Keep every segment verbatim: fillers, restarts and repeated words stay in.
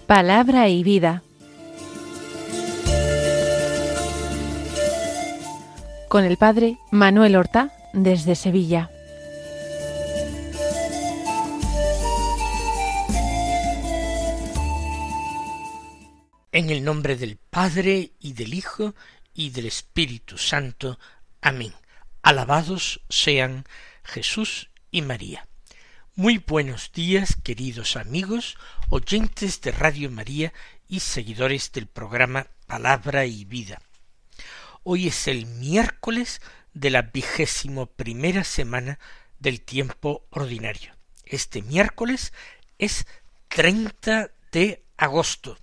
Palabra y vida. Con el padre Manuel Horta, desde Sevilla. En el nombre del Padre, y del Hijo, y del Espíritu Santo. Amén. Alabados sean Jesús y María. Muy buenos días, queridos amigos, oyentes de Radio María y seguidores del programa Palabra y Vida. Hoy es el miércoles de la vigésimo primera semana del tiempo ordinario. Este miércoles es treinta de agosto.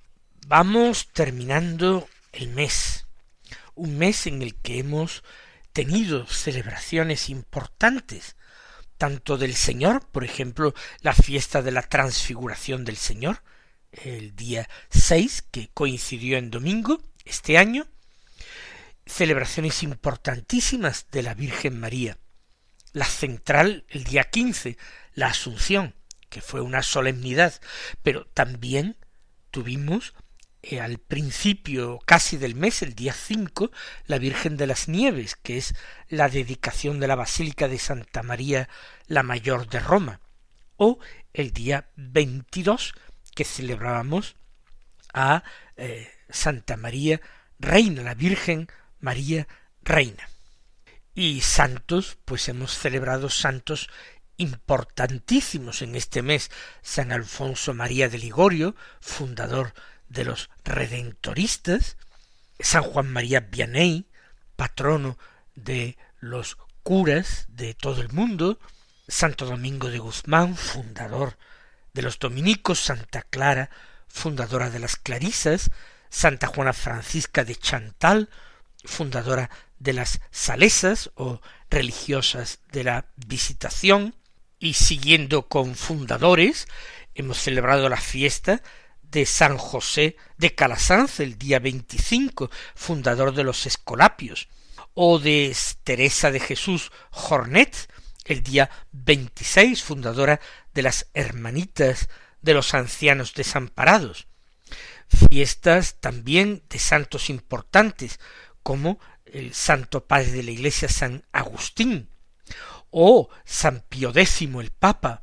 Vamos terminando el mes, un mes en el que hemos tenido celebraciones importantes, tanto del Señor, por ejemplo, la fiesta de la Transfiguración del Señor, el día seis, que coincidió en domingo este año, celebraciones importantísimas de la Virgen María, la central el día quince, la Asunción, que fue una solemnidad, pero también tuvimos eh, al principio casi del mes, el día cinco, la Virgen de las Nieves, que es la dedicación de la Basílica de Santa María la Mayor de Roma, o el día veintidós, que celebrábamos a eh, Santa María Reina, la Virgen María Reina. Y santos, pues hemos celebrado santos importantísimos en este mes: San Alfonso María de Ligorio, fundador de los redentoristas; San Juan María Vianney, patrono de los curas de todo el mundo; Santo Domingo de Guzmán, fundador de los dominicos; Santa Clara, fundadora de las clarisas; Santa Juana Francisca de Chantal, fundadora de las salesas o religiosas de la Visitación. Y siguiendo con fundadores, hemos celebrado la fiesta de San José de Calasanz el día veinticinco, fundador de los Escolapios, o de Teresa de Jesús Jornet el día veintiséis, fundadora de las Hermanitas de los Ancianos Desamparados. Fiestas también de santos importantes, como el Santo Padre de la Iglesia San Agustín, o San Pío X el Papa,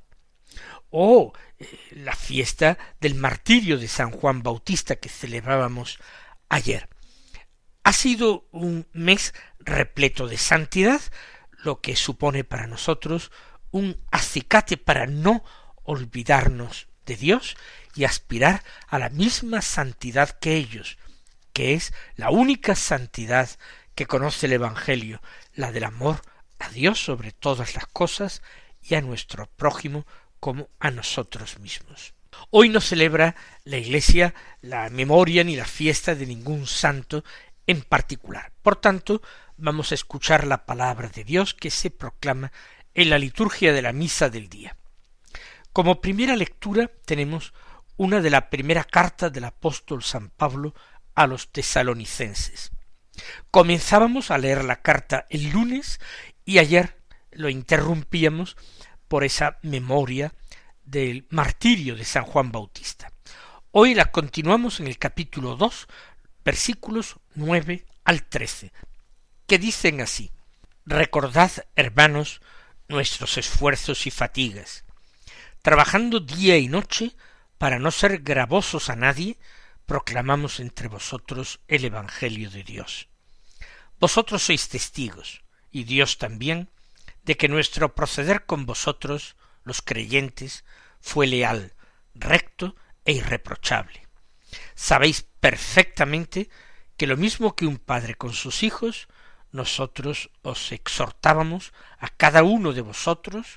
o eh, la fiesta del martirio de San Juan Bautista que celebrábamos ayer. Ha sido un mes repleto de santidad, lo que supone para nosotros un acicate para no olvidarnos de Dios y aspirar a la misma santidad que ellos, que es la única santidad que conoce el Evangelio, la del amor a Dios sobre todas las cosas y a nuestro prójimo como a nosotros mismos. Hoy no celebra la Iglesia la memoria ni la fiesta de ningún santo en particular. Por tanto, vamos a escuchar la palabra de Dios que se proclama en la liturgia de la misa del día. Como primera lectura tenemos una de la primera carta del apóstol San Pablo a los tesalonicenses. Comenzábamos a leer la carta el lunes y ayer lo interrumpíamos por esa memoria del martirio de San Juan Bautista. Hoy la continuamos en el capítulo dos, versículos nueve al trece, que dicen así: Recordad, hermanos, nuestros esfuerzos y fatigas, trabajando día y noche para no ser gravosos a nadie, proclamamos entre vosotros el Evangelio de Dios. Vosotros sois testigos, y Dios también, de que nuestro proceder con vosotros, los creyentes, fue leal, recto e irreprochable. Sabéis perfectamente que lo mismo que un padre con sus hijos, nosotros os exhortábamos a cada uno de vosotros,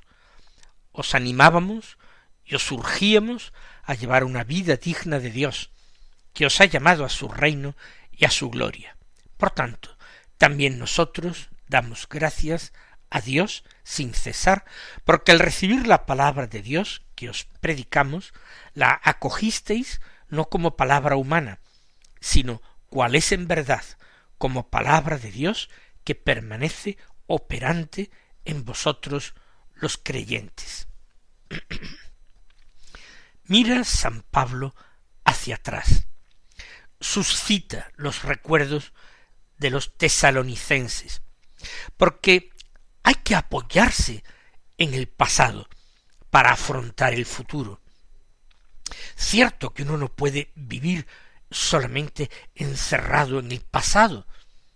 os animábamos y os urgíamos a llevar una vida digna de Dios, que os ha llamado a su reino y a su gloria. Por tanto, también nosotros damos gracias a Dios sin cesar, porque al recibir la palabra de Dios que os predicamos, la acogisteis no como palabra humana, sino cual es en verdad, como palabra de Dios que permanece operante en vosotros los creyentes. Mira San Pablo hacia atrás. Suscita los recuerdos de los tesalonicenses, porque hay que apoyarse en el pasado para afrontar el futuro. Cierto que uno no puede vivir solamente encerrado en el pasado,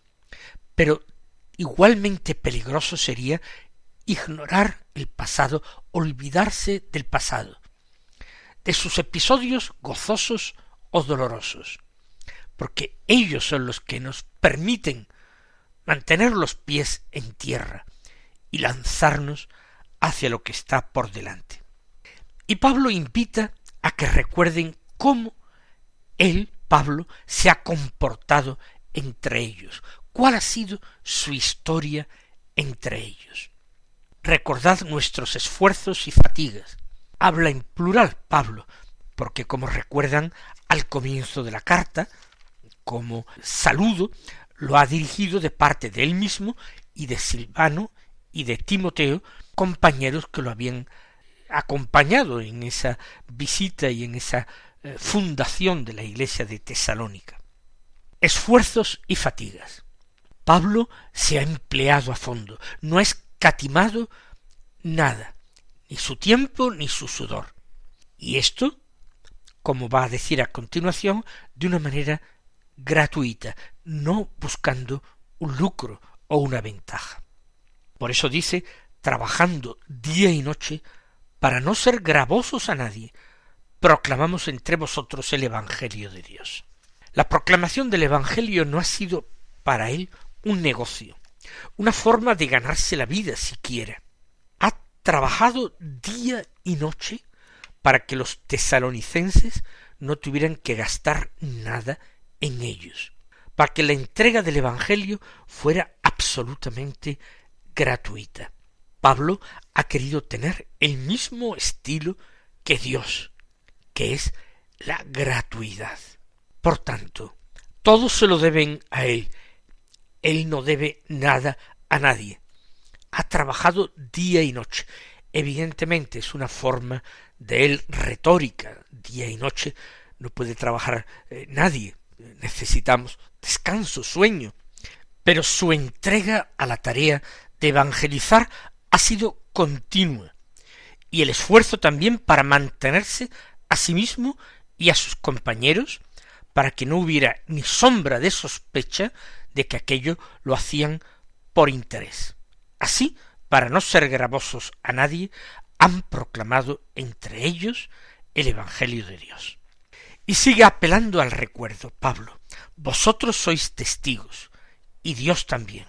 pero igualmente peligroso sería ignorar el pasado, olvidarse del pasado, de sus episodios gozosos o dolorosos, porque ellos son los que nos permiten mantener los pies en tierra y lanzarnos hacia lo que está por delante. Y Pablo invita a que recuerden cómo él, Pablo, se ha comportado entre ellos, cuál ha sido su historia entre ellos. Recordad nuestros esfuerzos y fatigas. Habla en plural Pablo, porque como recuerdan al comienzo de la carta, como saludo, lo ha dirigido de parte de él mismo y de Silvano y de Timoteo, compañeros que lo habían acompañado en esa visita y en esa eh, fundación de la iglesia de Tesalónica. Esfuerzos y fatigas. Pablo se ha empleado a fondo, no ha escatimado nada, ni su tiempo ni su sudor. Y esto, como va a decir a continuación, de una manera gratuita, no buscando un lucro o una ventaja. Por eso dice, trabajando día y noche, para no ser gravosos a nadie, proclamamos entre vosotros el Evangelio de Dios. La proclamación del Evangelio no ha sido para él un negocio, una forma de ganarse la vida siquiera. Ha trabajado día y noche para que los tesalonicenses no tuvieran que gastar nada en ellos, para que la entrega del Evangelio fuera absolutamente gratuita. Pablo ha querido tener el mismo estilo que Dios, que es la gratuidad. Por tanto, todos se lo deben a él. Él no debe nada a nadie. Ha trabajado día y noche. Evidentemente es una forma de él retórica. Día y noche no puede trabajar eh, nadie. Necesitamos descanso, sueño. Pero su entrega a la tarea de evangelizar ha sido continua, y el esfuerzo también para mantenerse a sí mismo y a sus compañeros, para que no hubiera ni sombra de sospecha de que aquello lo hacían por interés. Así, para no ser gravosos a nadie, han proclamado entre ellos el Evangelio de Dios. Y sigue apelando al recuerdo, Pablo, vosotros sois testigos, y Dios también,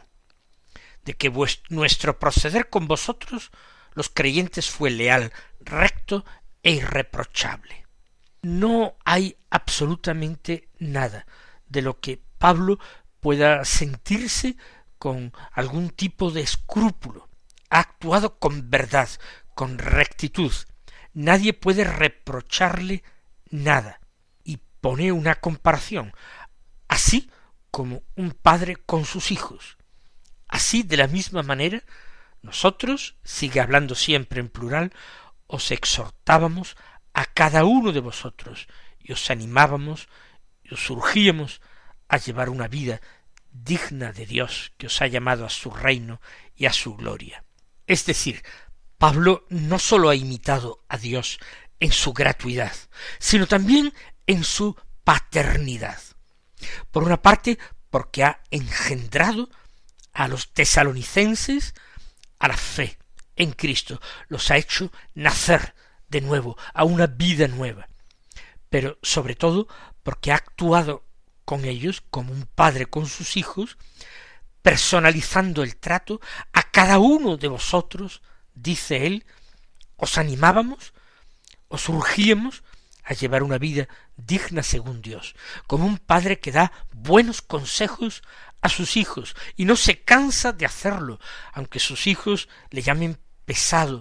de que vuestro, nuestro proceder con vosotros, los creyentes, fue leal, recto e irreprochable. No hay absolutamente nada de lo que Pablo pueda sentirse con algún tipo de escrúpulo. Ha actuado con verdad, con rectitud. Nadie puede reprocharle nada. Y pone una comparación, así como un padre con sus hijos. Así, de la misma manera, nosotros, sigue hablando siempre en plural, os exhortábamos a cada uno de vosotros, y os animábamos, y os urgíamos a llevar una vida digna de Dios, que os ha llamado a su reino y a su gloria. Es decir, Pablo no sólo ha imitado a Dios en su gratuidad, sino también en su paternidad. Por una parte, porque ha engendrado a los tesalonicenses a la fe en Cristo, los ha hecho nacer de nuevo a una vida nueva, pero sobre todo porque ha actuado con ellos como un padre con sus hijos, personalizando el trato. A cada uno de vosotros, dice él, os animábamos, os urgíamos a llevar una vida digna según Dios, como un padre que da buenos consejos a sus hijos y no se cansa de hacerlo, aunque sus hijos le llamen pesado,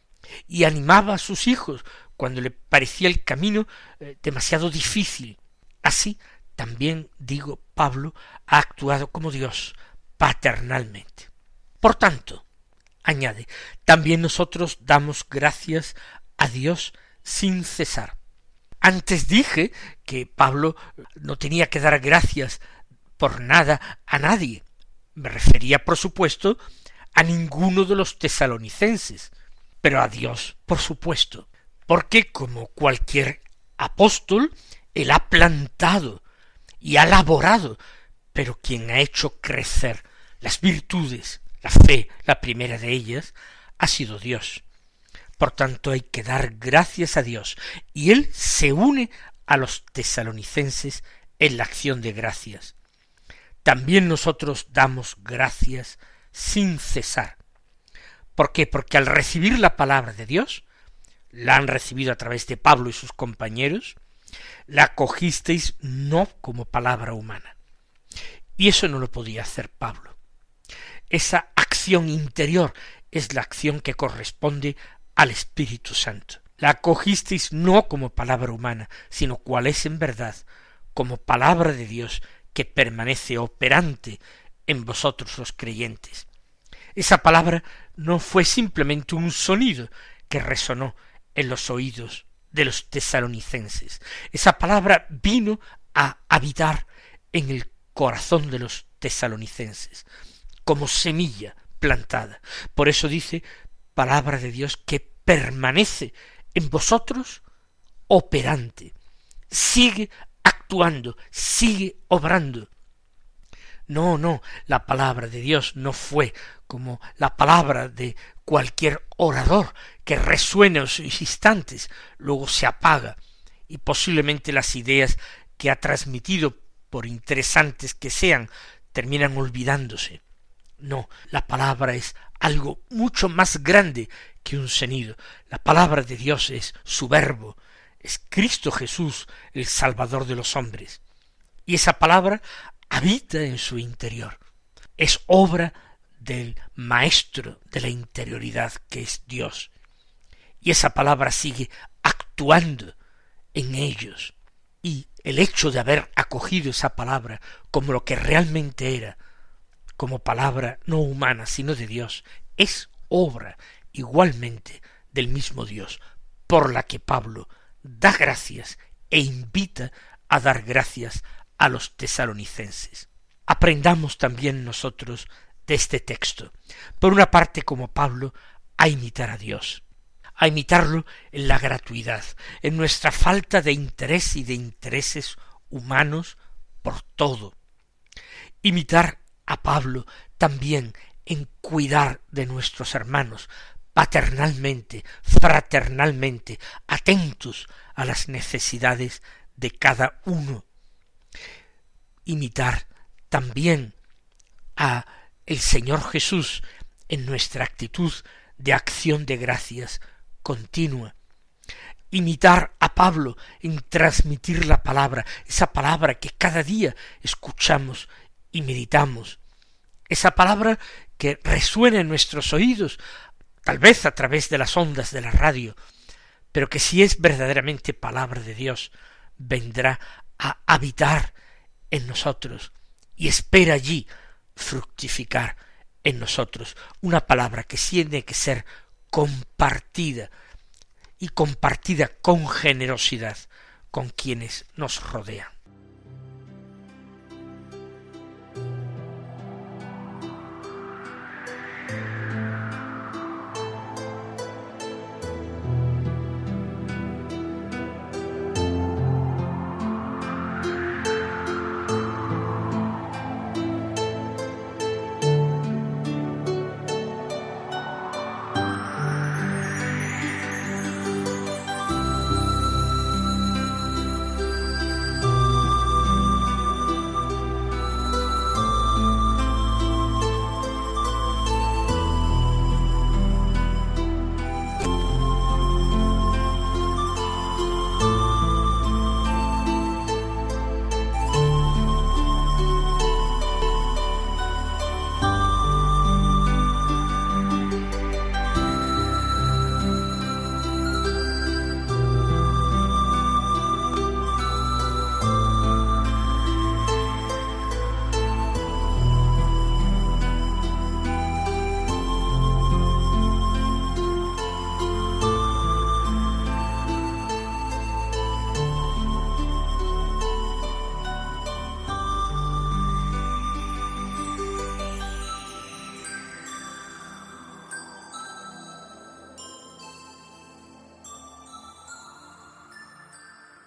y animaba a sus hijos cuando le parecía el camino eh, demasiado difícil. Así también, digo, Pablo ha actuado como Dios, paternalmente. Por tanto, añade, también nosotros damos gracias a Dios sin cesar. Antes dije que Pablo no tenía que dar gracias por nada a nadie. Me refería, por supuesto, a ninguno de los tesalonicenses, pero a Dios, por supuesto, porque como cualquier apóstol, él ha plantado y ha laborado, pero quien ha hecho crecer las virtudes, la fe, la primera de ellas, ha sido Dios. Por tanto, hay que dar gracias a Dios, y él se une a los tesalonicenses en la acción de gracias. También nosotros damos gracias sin cesar. ¿Por qué? Porque al recibir la palabra de Dios, la han recibido a través de Pablo y sus compañeros, la cogisteis no como palabra humana. Y eso no lo podía hacer Pablo. Esa acción interior es la acción que corresponde al Espíritu Santo. La cogisteis no como palabra humana, sino cual es en verdad, como palabra de Dios que permanece operante en vosotros los creyentes. Esa palabra no fue simplemente un sonido que resonó en los oídos de los tesalonicenses. Esa palabra vino a habitar en el corazón de los tesalonicenses, como semilla plantada. Por eso dice, palabra de Dios que permanece en vosotros operante, sigue actuando, sigue obrando. No, no, la palabra de Dios no fue como la palabra de cualquier orador que resuena en sus instantes, luego se apaga, y posiblemente las ideas que ha transmitido, por interesantes que sean, terminan olvidándose. No, la palabra es algo mucho más grande que un sonido. La palabra de Dios es su verbo, es Cristo Jesús, el Salvador de los hombres. Y esa palabra habita en su interior. Es obra del Maestro de la interioridad, que es Dios. Y esa palabra sigue actuando en ellos. Y el hecho de haber acogido esa palabra como lo que realmente era, como palabra no humana, sino de Dios, es obra igualmente del mismo Dios, por la que Pablo da gracias e invita a dar gracias a los tesalonicenses. Aprendamos también nosotros de este texto, por una parte como Pablo, a imitar a Dios, a imitarlo en la gratuidad, en nuestra falta de interés y de intereses humanos por todo. Imitar a Pablo también en cuidar de nuestros hermanos, paternalmente, fraternalmente, atentos a las necesidades de cada uno. Imitar también a el Señor Jesús en nuestra actitud de acción de gracias continua. Imitar a Pablo en transmitir la palabra, esa palabra que cada día escuchamos y meditamos, esa palabra que resuena en nuestros oídos, tal vez a través de las ondas de la radio, pero que si es verdaderamente palabra de Dios, vendrá a habitar en nosotros y espera allí fructificar en nosotros, una palabra que tiene que ser compartida y compartida con generosidad con quienes nos rodean.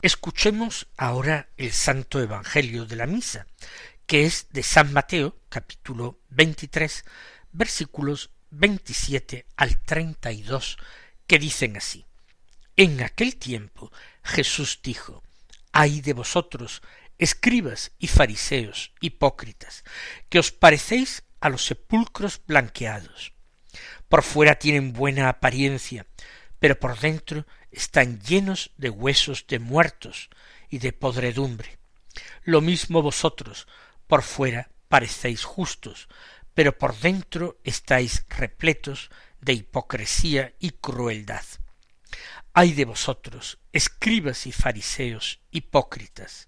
Escuchemos ahora el Santo Evangelio de la Misa, que es de San Mateo, capítulo veintitrés, versículos veintisiete al treinta y dos, que dicen así: En aquel tiempo Jesús dijo: Ay de vosotros, escribas y fariseos, hipócritas, que os parecéis a los sepulcros blanqueados. Por fuera tienen buena apariencia, pero por dentro están llenos de huesos de muertos y de podredumbre. Lo mismo vosotros, por fuera parecéis justos, pero por dentro estáis repletos de hipocresía y crueldad. Ay de vosotros, escribas y fariseos, hipócritas,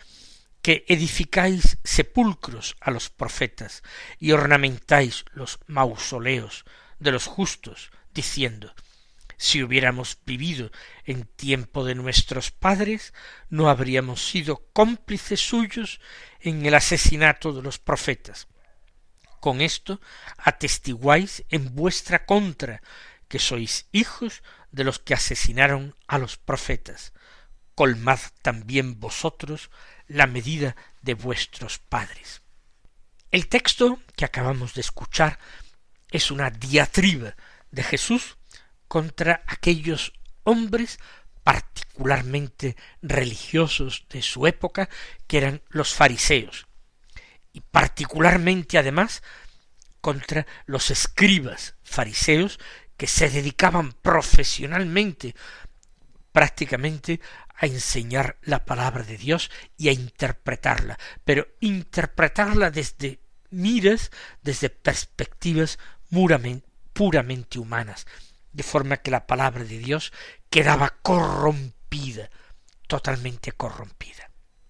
que edificáis sepulcros a los profetas y ornamentáis los mausoleos de los justos, diciendo: Si hubiéramos vivido en tiempo de nuestros padres, no habríamos sido cómplices suyos en el asesinato de los profetas. Con esto atestiguáis en vuestra contra que sois hijos de los que asesinaron a los profetas. Colmad también vosotros la medida de vuestros padres. El texto que acabamos de escuchar es una diatriba de Jesús contra aquellos hombres particularmente religiosos de su época, que eran los fariseos, y particularmente además contra los escribas fariseos, que se dedicaban profesionalmente prácticamente a enseñar la palabra de Dios y a interpretarla, pero interpretarla desde miras, desde perspectivas puramente, puramente humanas, de forma que la palabra de Dios quedaba corrompida, totalmente corrompida.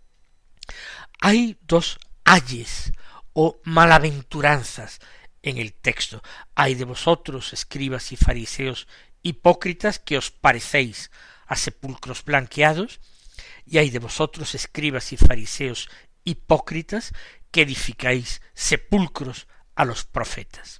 Hay dos ayes o malaventuranzas en el texto. Ay de vosotros, escribas y fariseos hipócritas, que os parecéis a sepulcros blanqueados, y ay de vosotros, escribas y fariseos hipócritas, que edificáis sepulcros a los profetas.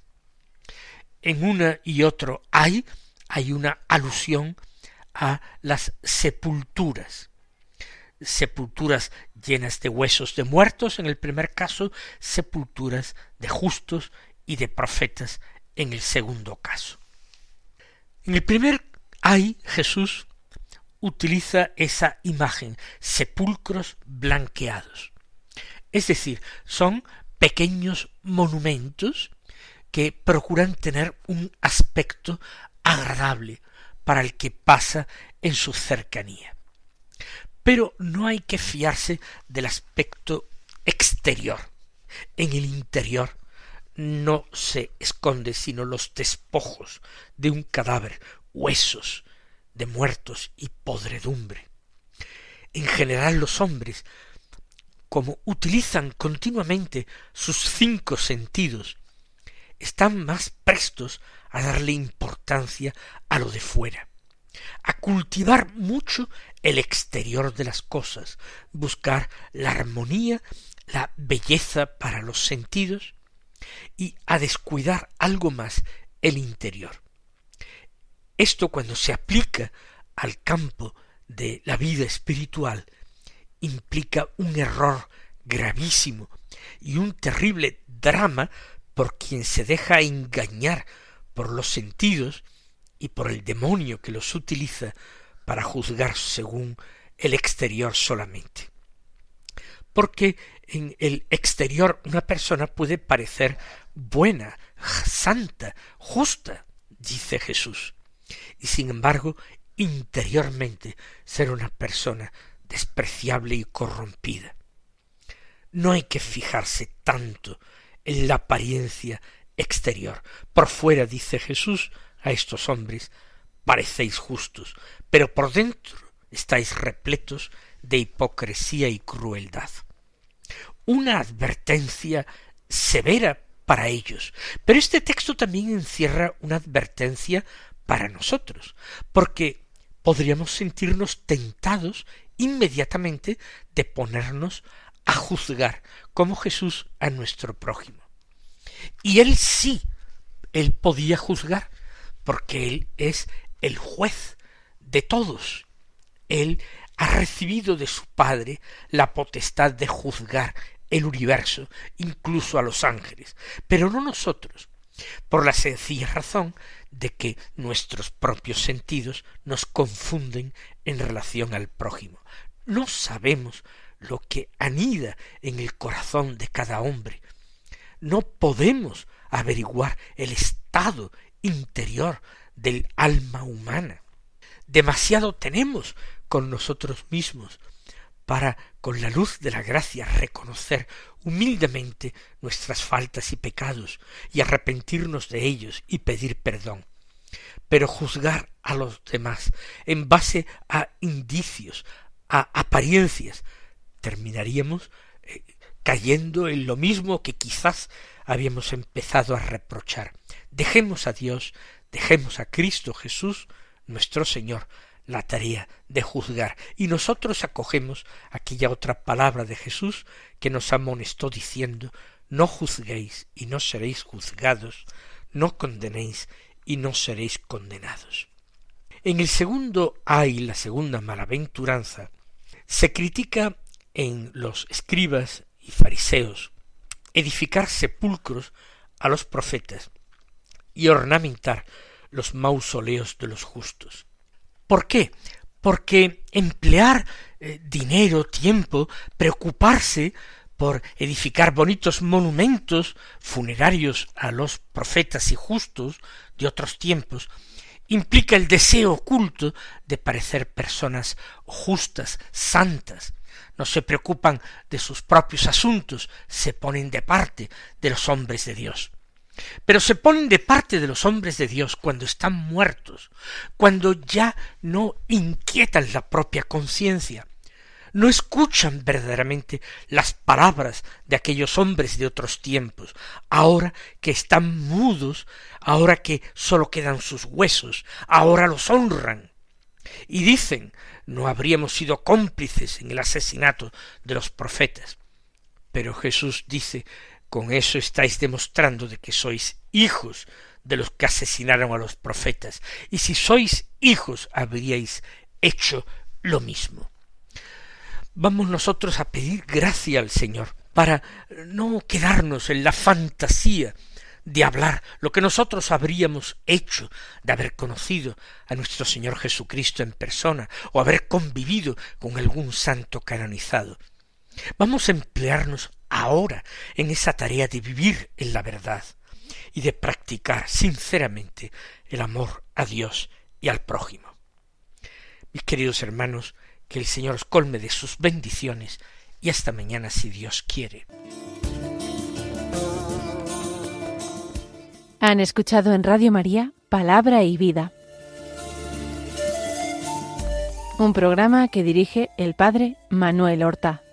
En una y otro hay, hay una alusión a las sepulturas. Sepulturas llenas de huesos de muertos en el primer caso, sepulturas de justos y de profetas en el segundo caso. En el primer hay, Jesús utiliza esa imagen, sepulcros blanqueados. Es decir, son pequeños monumentos que procuran tener un aspecto agradable para el que pasa en su cercanía. Pero no hay que fiarse del aspecto exterior. En el interior no se esconde sino los despojos de un cadáver, huesos de muertos y podredumbre. En general los hombres, como utilizan continuamente sus cinco sentidos, están más prestos a darle importancia a lo de fuera, a cultivar mucho el exterior de las cosas, buscar la armonía, la belleza para los sentidos, y a descuidar algo más el interior. Esto, cuando se aplica al campo de la vida espiritual, implica un error gravísimo y un terrible drama por quien se deja engañar por los sentidos y por el demonio que los utiliza para juzgar según el exterior solamente. Porque en el exterior una persona puede parecer buena, santa, justa, dice Jesús, y sin embargo interiormente ser una persona despreciable y corrompida. No hay que fijarse tanto en la apariencia exterior. Por fuera, dice Jesús a estos hombres, parecéis justos, pero por dentro estáis repletos de hipocresía y crueldad. Una advertencia severa para ellos, pero este texto también encierra una advertencia para nosotros, porque podríamos sentirnos tentados inmediatamente de ponernos a juzgar como Jesús a nuestro prójimo. Y él sí, él podía juzgar, porque él es el juez de todos. Él ha recibido de su Padre la potestad de juzgar el universo, incluso a los ángeles, pero no nosotros, por la sencilla razón de que nuestros propios sentidos nos confunden en relación al prójimo. No sabemos lo que anida en el corazón de cada hombre. No podemos averiguar el estado interior del alma humana. Demasiado tenemos con nosotros mismos para, con la luz de la gracia, reconocer humildemente nuestras faltas y pecados y arrepentirnos de ellos y pedir perdón. Pero juzgar a los demás en base a indicios, a apariencias, terminaríamos eh, cayendo en lo mismo que quizás habíamos empezado a reprochar. Dejemos a Dios, dejemos a Cristo Jesús, nuestro Señor, la tarea de juzgar, y nosotros acogemos aquella otra palabra de Jesús que nos amonestó diciendo: no juzguéis y no seréis juzgados, no condenéis y no seréis condenados. En el segundo ay, la segunda malaventuranza, se critica en los escribas y fariseos edificar sepulcros a los profetas y ornamentar los mausoleos de los justos. ¿Por qué? Porque emplear eh, dinero, tiempo, preocuparse por edificar bonitos monumentos funerarios a los profetas y justos de otros tiempos implica el deseo oculto de parecer personas justas, santas. No se preocupan de sus propios asuntos, se ponen de parte de los hombres de Dios. Pero se ponen de parte de los hombres de Dios cuando están muertos, cuando ya no inquietan la propia conciencia, no escuchan verdaderamente las palabras de aquellos hombres de otros tiempos, ahora que están mudos, ahora que sólo quedan sus huesos, ahora los honran. Y dicen: no habríamos sido cómplices en el asesinato de los profetas. Pero Jesús dice: con eso estáis demostrando de que sois hijos de los que asesinaron a los profetas, y si sois hijos habríais hecho lo mismo. Vamos nosotros a pedir gracia al Señor para no quedarnos en la fantasía de hablar lo que nosotros habríamos hecho de haber conocido a nuestro Señor Jesucristo en persona o haber convivido con algún santo canonizado. Vamos a emplearnos ahora en esa tarea de vivir en la verdad y de practicar sinceramente el amor a Dios y al prójimo. Mis queridos hermanos, que el Señor os colme de sus bendiciones y hasta mañana si Dios quiere. Han escuchado en Radio María Palabra y Vida, un programa que dirige el Padre Manuel Horta.